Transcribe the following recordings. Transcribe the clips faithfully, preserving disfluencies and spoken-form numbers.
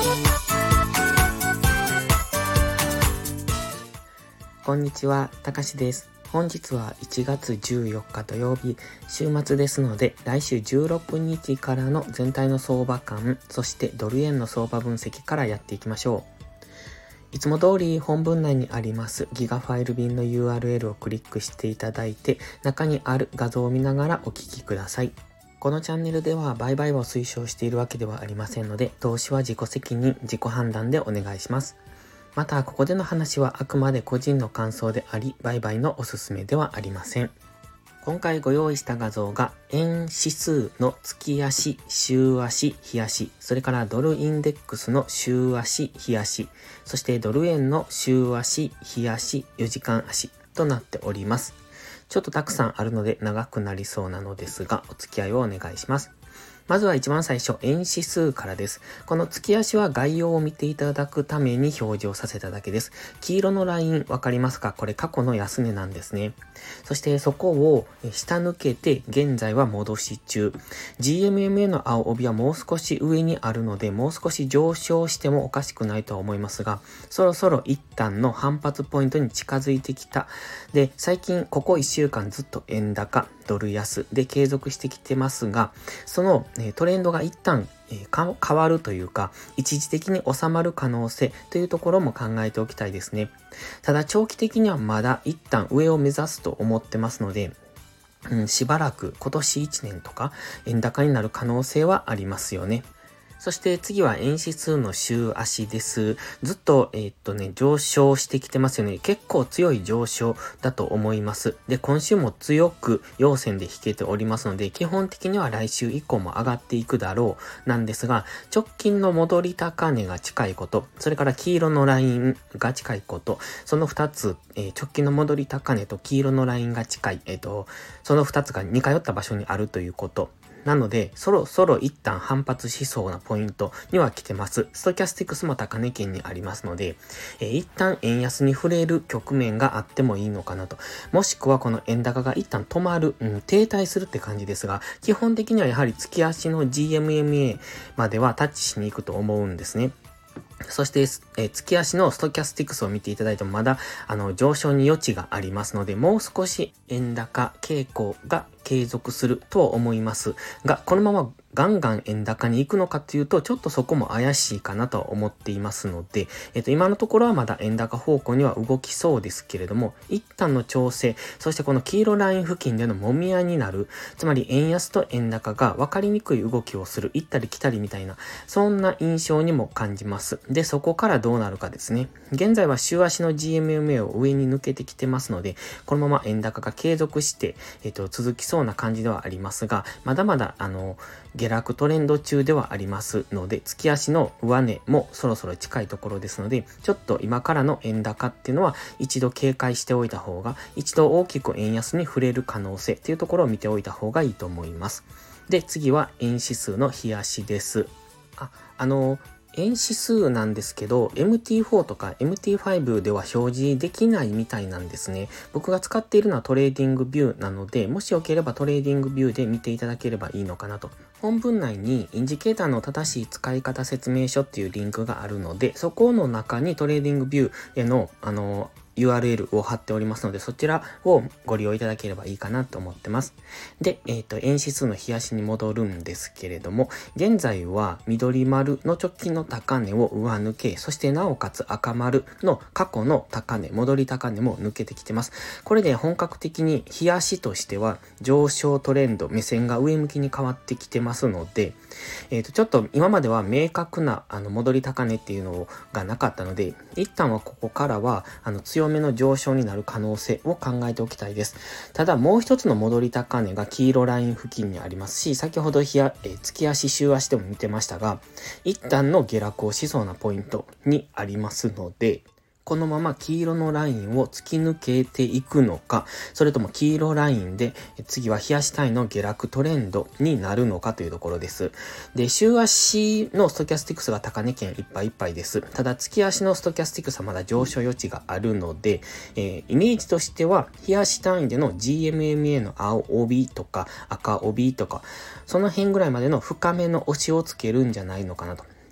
こんにちは、たかしです。本日はいちがつじゅうよっか土曜日、週末ですので、来週じゅうろくにちからの全体の相場感、そしてドル円の相場分析からやっていきましょう。いつも通り本文内にありますギガファイル便の ユーアールエル をクリックしていただいて、中にある画像を見ながらお聞きください。このチャンネルでは売買を推奨しているわけではありませんので、投資は自己責任、自己判断でお願いします。また、ここでの話はあくまで個人の感想であり、売買のおすすめではありません。今回ご用意した画像が、円指数の月足、週足、日足、それからドルインデックスの週足、日足、そしてドル円の週足、日足、よじかん足となっております。ちょっとたくさんあるので長くなりそうなのですが、お付き合いをお願いします。まずは一番最初、円指数からです。この月足は概要を見ていただくために表示をさせただけです。黄色のラインわかりますか？これ過去の安値なんですね。そしてそこを下抜けて現在は戻し中。ジーエムエムエー の青帯はもう少し上にあるので、もう少し上昇してもおかしくないとは思いますが、そろそろ一旦の反発ポイントに近づいてきた。で、最近ここいっしゅうかんずっと円高、ドル安で継続してきてますが、そのトレンドが一旦変わるというか、一時的に収まる可能性というところも考えておきたいですね。ただ長期的にはまだ一旦上を目指すと思ってますので、うん、しばらく今年いちねんとか円高になる可能性はありますよね。そして次は円指数の週足です。ずっと、えー、っとね、上昇してきてますよね。結構強い上昇だと思います。で、今週も強く陽線で引けておりますので、基本的には来週以降も上がっていくだろうなんですが、直近の戻り高値が近いこと、それから黄色のラインが近いこと、その二つ、えー、直近の戻り高値と黄色のラインが近い、えー、っと、その二つが似通った場所にあるということ。なので、そろそろ一旦反発しそうなポイントには来てます。ストキャスティクスも高値圏にありますので、えー、一旦円安に触れる局面があってもいいのかなと。もしくはこの円高が一旦止まる、うん、停滞するって感じですが、基本的にはやはり月足の ジーエムエムエー まではタッチしに行くと思うんですね。そして、えー、月足のストキャスティクスを見ていただいてもまだあの上昇に余地がありますので、もう少し円高傾向が継続すると思いますが、このままガンガン円高に行くのかというと、ちょっとそこも怪しいかなとは思っていますので、えっと、今のところはまだ円高方向には動きそうですけれども、一旦の調整、そしてこの黄色ライン付近での揉み合いになる、つまり円安と円高が分かりにくい動きをする、行ったり来たりみたいな、そんな印象にも感じます。で、そこからどうなるかですね。現在は週足の ジーエムエムエー を上に抜けてきてますので、このまま円高が継続して、えっと、続きそうな感じではありますが、まだまだ、あの、下落トレンド中ではありますので、月足の上値もそろそろ近いところですので、ちょっと今からの円高っていうのは一度警戒しておいた方が、一度大きく円安に触れる可能性っていうところを見ておいた方がいいと思います。で、次は円指数の日足です。あ、あの、円指数なんですけど エムティーフォー とか エムティーファイブ では表示できないみたいなんですね。僕が使っているのはトレーディングビューなので、もしよければトレーディングビューで見ていただければいいのかなと。本文内にインジケーターの正しい使い方説明書っていうリンクがあるので、そこの中にトレーディングビューへのあのユーアールエル を貼っておりますので、そちらをご利用いただければいいかなと思ってます。で、えっと、円指数の日足に戻るんですけれども、現在は緑丸の直近の高値を上抜け、そしてなおかつ赤丸の過去の高値、戻り高値も抜けてきてます。これで本格的に日足としては上昇トレンド、目線が上向きに変わってきてますので、えっと、ちょっと今までは明確なあの戻り高値っていうのがなかったので、一旦はここからはあの強めの上昇になる可能性を考えておきたいです。ただもう一つの戻り高値が黄色ライン付近にありますし、先ほど日や、えー、月足週足でも見てましたが、一旦の下落をしそうなポイントにありますので、このまま黄色のラインを突き抜けていくのか、それとも黄色ラインで次は日足単位の下落トレンドになるのかというところです。で、週足のストキャスティクスが高値圏いっぱいいっぱいです。ただ月足のストキャスティクスはまだ上昇余地があるので、えー、イメージとしては日足単位での ジーエムエムエー の青帯とか赤帯とか、その辺ぐらいまでの深めの押しをつけるんじゃないのかなと。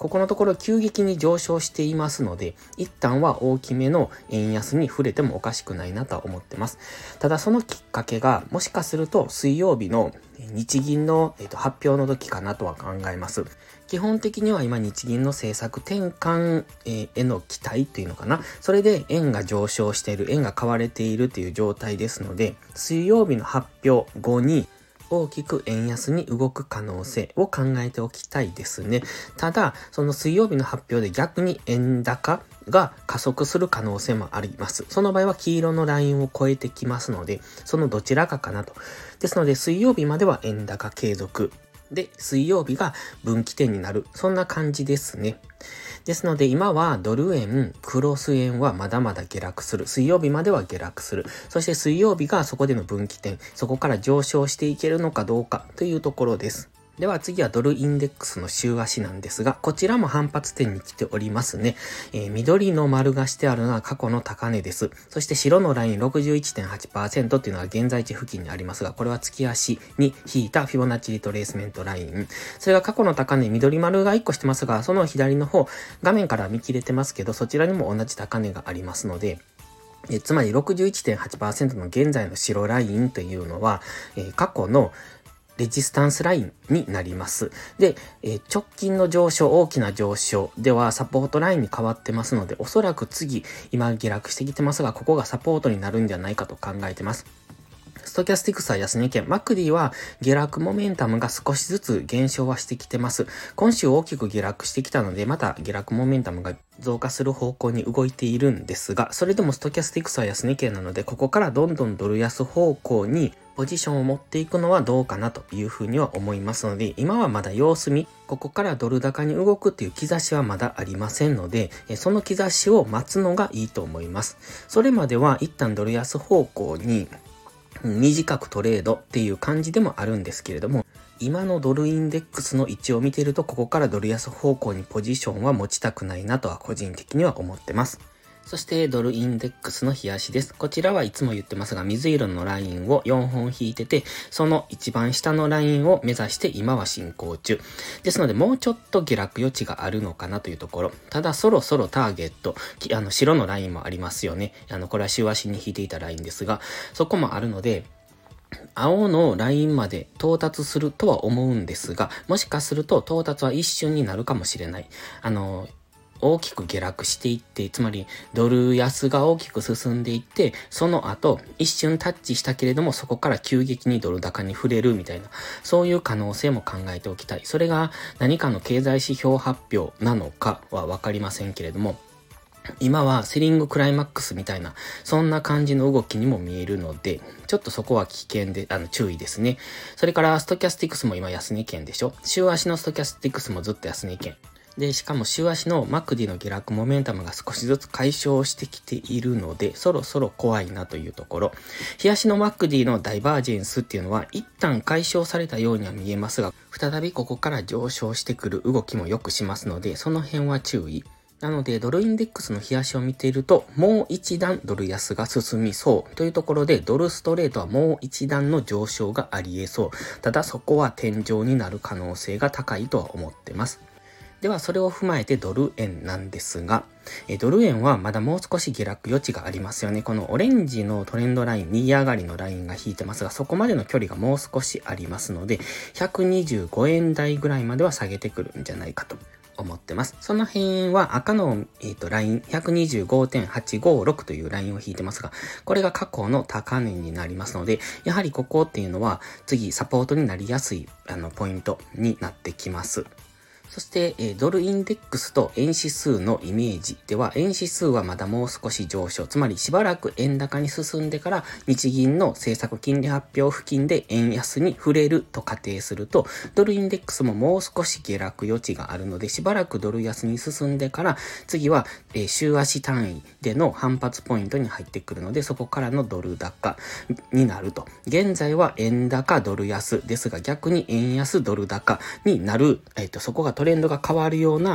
ここのところ急激に上昇していますので、一旦は大きめの円安に触れてもおかしくないなとは思ってます。ただそのきっかけが、もしかすると水曜日の日銀の、えーと、発表の時かなとは考えます。基本的には今日銀の政策転換への期待っていうのかな。それで円が上昇している、円が買われているという状態ですので、水曜日の発表後に大きく円安に動く可能性を考えておきたいですね。ただ、その水曜日の発表で逆に円高が加速する可能性もあります。その場合は黄色のラインを超えてきますので、そのどちらかかなと。ですので、水曜日までは円高継続。で、水曜日が分岐点になる。そんな感じですね。ですので今はドル円、クロス円はまだまだ下落する。水曜日までは下落する。そして水曜日がそこでの分岐点。そこから上昇していけるのかどうかというところです。では次はドルインデックスの週足なんですが、こちらも反発点に来ておりますね。えー、緑の丸がしてあるのは過去の高値です。そして白のライン ろくじゅういちてんはちパーセント っていうのは現在地付近にありますが、これは月足に引いたフィボナッチリトレースメントライン。それが過去の高値、緑丸がいっこしてますが、その左の方、画面から見切れてますけど、そちらにも同じ高値がありますので、えつまり ろくじゅういちてんはちパーセント の現在の白ラインというのは、えー、過去のレジスタンスラインになります。で、えー、直近の上昇、大きな上昇ではサポートラインに変わってますので、おそらく次、今下落してきてますが、ここがサポートになるんじゃないかと考えてます。ストキャスティクスは安値圏、マクディは下落モメンタムが少しずつ減少はしてきてます。今週大きく下落してきたので、また下落モメンタムが増加する方向に動いているんですが、それでもストキャスティクスは安値圏なので、ここからどんどんドル安方向にポジションを持っていくのはどうかなというふうには思いますので、今はまだ様子見、ここからドル高に動くっていう兆しはまだありませんので、その兆しを待つのがいいと思います。それまでは一旦ドル安方向に短くトレードっていう感じでもあるんですけれども、今のドルインデックスの位置を見ていると、ここからドル安方向にポジションは持ちたくないなとは個人的には思ってます。そしてドルインデックスの日足です。こちらはいつも言ってますが、水色のラインをよんほん引いてて、その一番下のラインを目指して今は進行中。ですので、もうちょっと下落余地があるのかなというところ。ただ、そろそろターゲット、あの、白のラインもありますよね。あの、これは週足に引いていたラインですが、そこもあるので、青のラインまで到達するとは思うんですが、もしかすると到達は一瞬になるかもしれない。あの、大きく下落していって、つまりドル安が大きく進んでいって、その後一瞬タッチしたけれどもそこから急激にドル高に触れるみたいな、そういう可能性も考えておきたい。それが何かの経済指標発表なのかはわかりませんけれども、今はセリングクライマックスみたいな、そんな感じの動きにも見えるので、ちょっとそこは危険で、あの、注意ですね。それからストキャスティクスも今安値圏でしょ。週足のストキャスティクスもずっと安値圏。で、しかも週足のマクディの下落モメンタムが少しずつ解消してきているので、そろそろ怖いなというところ。日足のマクディのダイバージェンスっていうのは一旦解消されたようには見えますが、再びここから上昇してくる動きもよくしますので、その辺は注意。なので、ドルインデックスの日足を見ていると、もう一段ドル安が進みそうというところで、ドルストレートはもう一段の上昇があり得そう。ただそこは天井になる可能性が高いとは思ってます。ではそれを踏まえてドル円なんですが、えドル円はまだもう少し下落余地がありますよね。このオレンジのトレンドライン、右上がりのラインが引いてますが、そこまでの距離がもう少しありますので、ひゃくにじゅうごえん台ぐらいまでは下げてくるんじゃないかと思ってます。その辺は赤の、えーと、ライン ひゃくにじゅうごてんはちごろく というラインを引いてますが、これが過去の高値になりますので、やはりここっていうのは次サポートになりやすいあのポイントになってきます。そして、えー、ドルインデックスと円指数のイメージでは、円指数はまだもう少し上昇、つまりしばらく円高に進んでから日銀の政策金利発表付近で円安に触れると仮定すると、ドルインデックスももう少し下落余地があるので、しばらくドル安に進んでから、次は、えー、週足単位での反発ポイントに入ってくるので、そこからのドル高になると。現在は円高ドル安ですが、逆に円安ドル高になる、えっと、そこがトレンドが変わるような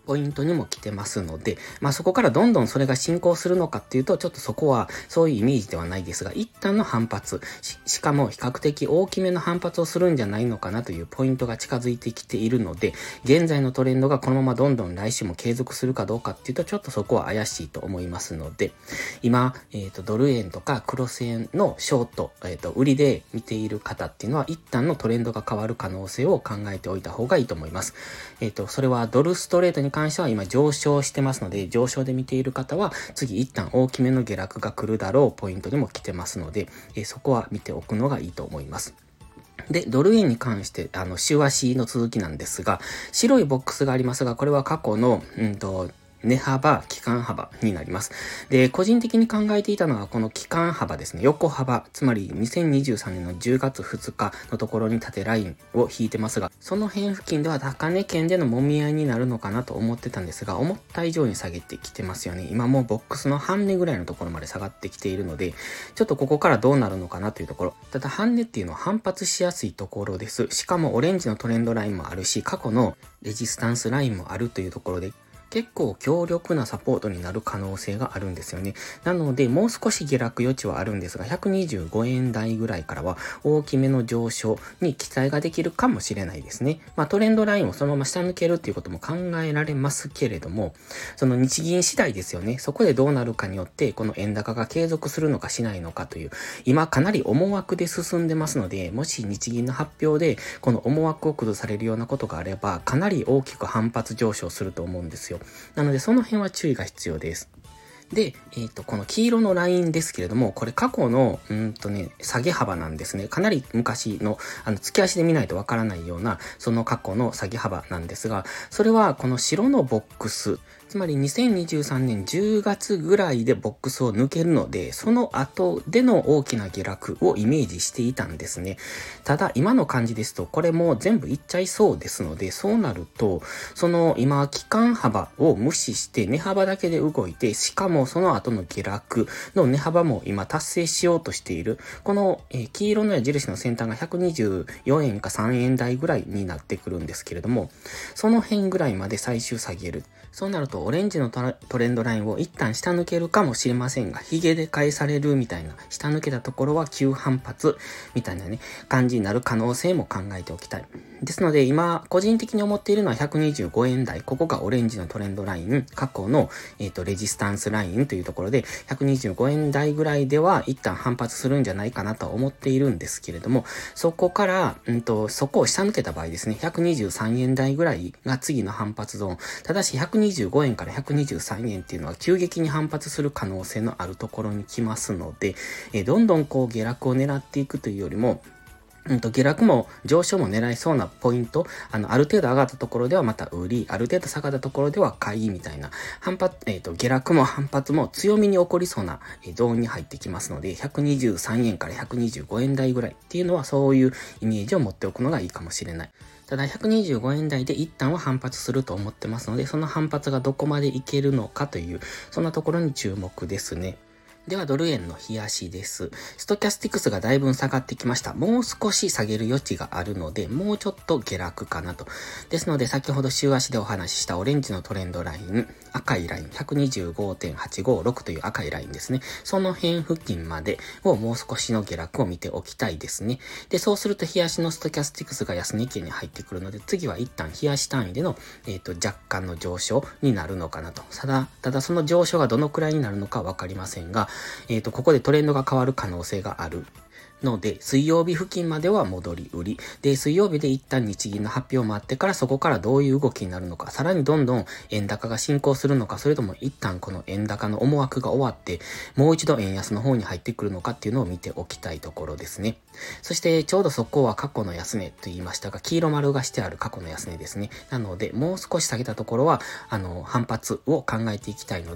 ポイントにも来てますので、まあそこからどんどんそれが進行するのかっていうと、ちょっとそこはそういうイメージではないですが、一旦の反発、し, しかも比較的大きめの反発をするんじゃないのかなというポイントが近づいてきているので、現在のトレンドがこのままどんどん来週も継続するかどうかっていうと、ちょっとそこは怪しいと思いますので、今、えっと、ドル円とかクロス円のショート、えっと、売りで見ている方っていうのは、一旦のトレンドが変わる可能性を考えておいた方がいいと思います。えっと、それはドルストレートに関しては今上昇してますので、上昇で見ている方は次一旦大きめの下落が来るだろうポイントにも来てますので、えー、そこは見ておくのがいいと思います。で、ドル円に関して、あの、週足の続きなんですが、白いボックスがありますが、これは過去の、うんと、値幅、期間幅になります。で、個人的に考えていたのはこの期間幅ですね。横幅、つまりにせんにじゅうさんねんのじゅうがつふつかのところに縦ラインを引いてますが、その辺付近では高値圏での揉み合いになるのかなと思ってたんですが、思った以上に下げてきてますよね。今もうボックスの半値ぐらいのところまで下がってきているので、ちょっとここからどうなるのかなというところ。ただ半値っていうのは反発しやすいところです。しかもオレンジのトレンドラインもあるし、過去のレジスタンスラインもあるというところで、結構強力なサポートになる可能性があるんですよね。なので、もう少し下落余地はあるんですが、ひゃくにじゅうごえん台ぐらいからは大きめの上昇に期待ができるかもしれないですね。まあトレンドラインをそのまま下抜けるっていうことも考えられますけれども、その日銀次第ですよね。そこでどうなるかによって、この円高が継続するのかしないのかという、今かなり思惑で進んでますので、もし日銀の発表でこの思惑を崩されるようなことがあれば、かなり大きく反発上昇すると思うんですよ。なのでその辺は注意が必要です。で、えっと、この黄色のラインですけれども、これ過去の、うんとね、下げ幅なんですね。かなり昔の、あの、月足で見ないとわからないような、その過去の下げ幅なんですが、それはこの白のボックス、つまりにせんにじゅうさんねんじゅうがつぐらいでボックスを抜けるので、その後での大きな下落をイメージしていたんですね。ただ、今の感じですと、これも全部いっちゃいそうですので、そうなると、その今、期間幅を無視して値幅だけで動いて、しかもその後の下落の値幅も今達成しようとしている。この、えー、黄色の矢印の先端がひゃくにじゅうよえんかさんえん台ぐらいになってくるんですけれども、その辺ぐらいまで最終下げる。そうなるとオレンジのトレンドラインを一旦下抜けるかもしれませんが、ヒゲで返されるみたいな、下抜けたところは急反発みたいなね、感じになる可能性も考えておきたい。ですので今、個人的に思っているのはひゃくにじゅうごえん台、ここがオレンジのトレンドライン、過去の、えっと、レジスタンスラインというところで、ひゃくにじゅうごえん台ぐらいでは一旦反発するんじゃないかなと思っているんですけれども、そこから、うんと、そこを下抜けた場合ですね、ひゃくにじゅうさんえん台ぐらいが次の反発ゾーン。ただしひゃくにじゅうごえんからひゃくにじゅうさんえんっていうのは急激に反発する可能性のあるところに来ますので、えー、どんどんこう下落を狙っていくというよりも、うんと、下落も上昇も狙いそうなポイント、あの、ある程度上がったところではまた売り、ある程度下がったところでは買いみたいな、反発、えっと、下落も反発も強めに起こりそうなゾーンに入ってきますので、ひゃくにじゅうさんえんからひゃくにじゅうごえん台ぐらいっていうのはそういうイメージを持っておくのがいいかもしれない。ただひゃくにじゅうごえん台で一旦は反発すると思ってますので、その反発がどこまでいけるのかという、そんなところに注目ですね。ではドル円の日足です。ストキャスティクスがだいぶ下がってきました。もう少し下げる余地があるので、もうちょっと下落かなと。ですので先ほど週足でお話ししたオレンジのトレンドライン、赤いライン ひゃくにじゅうごてんはちごろく という赤いラインですね。その辺付近までをもう少しの下落を見ておきたいですね。で、そうすると日足のストキャスティクスが安値圏に入ってくるので、次は一旦日足単位での、えっと、若干の上昇になるのかなと。ただ、ただその上昇がどのくらいになるのかわかりませんが、えっと、ここでトレンドが変わる可能性があるので、水曜日付近までは戻り売り。で、水曜日で一旦日銀の発表を待ってからそこからどういう動きになるのか、さらにどんどん円高が進行するのか、それとも一旦この円高の思惑が終わって、もう一度円安の方に入ってくるのかっていうのを見ておきたいところですね。そしてちょうどそこは過去の安値と言いましたが、黄色丸がしてある過去の安値ですね。なので、もう少し下げたところは、あの、反発を考えていきたいので、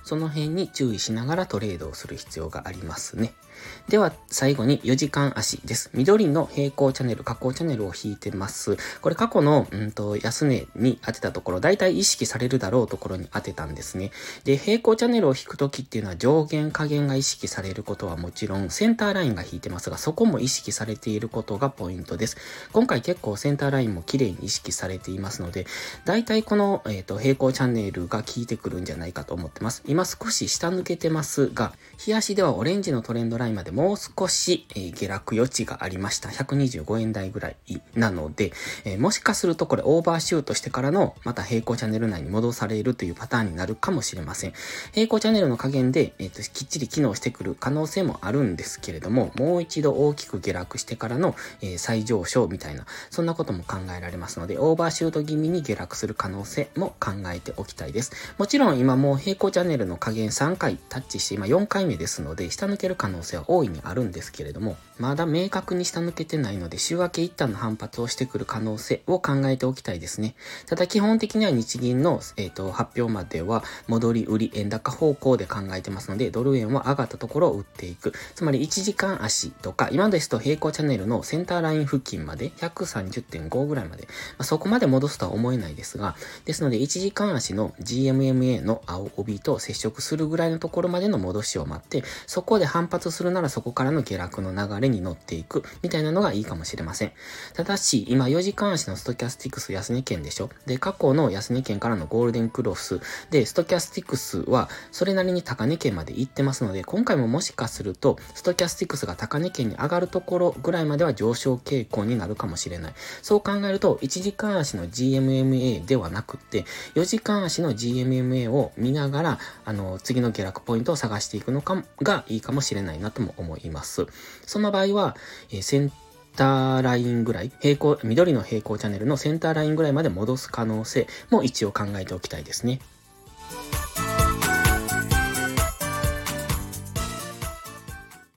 その辺に注意しながらトレードをする必要がありますね。では最後によじかん足です。緑の平行チャンネル、下降チャンネルを引いてます。これ過去の、うんと、安値に当てたところ、だいたい意識されるだろうところに当てたんですね。で、平行チャンネルを引くときっていうのは上限下限が意識されることはもちろん、センターラインが引いてますが、そこも意識されていることがポイントです。今回結構センターラインも綺麗に意識されていますので、だいたいこの、えっと、平行チャンネルが効いてくるんじゃないかと思ってます。今少し下抜けてますが、日足ではオレンジのトレンドラインまでもう少し、えー、下落余地がありました。ひゃくにじゅうごえん台ぐらいなので、えー、もしかするとこれオーバーシュートしてからのまた平行チャンネル内に戻されるというパターンになるかもしれません。平行チャンネルの加減で、えーと、きっちり機能してくる可能性もあるんですけれども、もう一度大きく下落してからの、えー、再上昇みたいな、そんなことも考えられますので、オーバーシュート気味に下落する可能性も考えておきたいです。もちろん今もう平行チャンネルの加減さんかいタッチして今よんかいめですので、下抜ける可能性は大いにあるんですけれども、まだ明確に下抜けてないので、週明け一旦の反発をしてくる可能性を考えておきたいですね。ただ基本的には日銀の、えーと、発表までは戻り売り円高方向で考えてますので、ドル円は上がったところを売っていく。つまりいちじかん足とか、今ですと平行チャンネルのセンターライン付近まで ひゃくさんじゅってんご ぐらいまで、まあ、そこまで戻すとは思えないですが、ですのでいちじかん足の ジーエムエムエー の青帯と接触するぐらいのところまでの戻しを待って、そこで反発するならそこからの下落の流れに乗っていくみたいなのがいいかもしれません。ただし、今よじかん足のストキャスティクス安値圏でしょ。で、過去の安値圏からのゴールデンクロスで、ストキャスティクスはそれなりに高値圏まで行ってますので、今回ももしかすると、ストキャスティクスが高値圏に上がるところぐらいまでは上昇傾向になるかもしれない。そう考えると、いちじかん足の ジーエムエムエー ではなくって、よじかん足の ジーエムエムエー を見ながら、あの、次の下落ポイントを探していくのかがいいかもしれないなとも思います。その場合は、えー、センターラインぐらい、平行、緑の平行チャンネルのセンターラインぐらいまで戻す可能性も一応考えておきたいですね。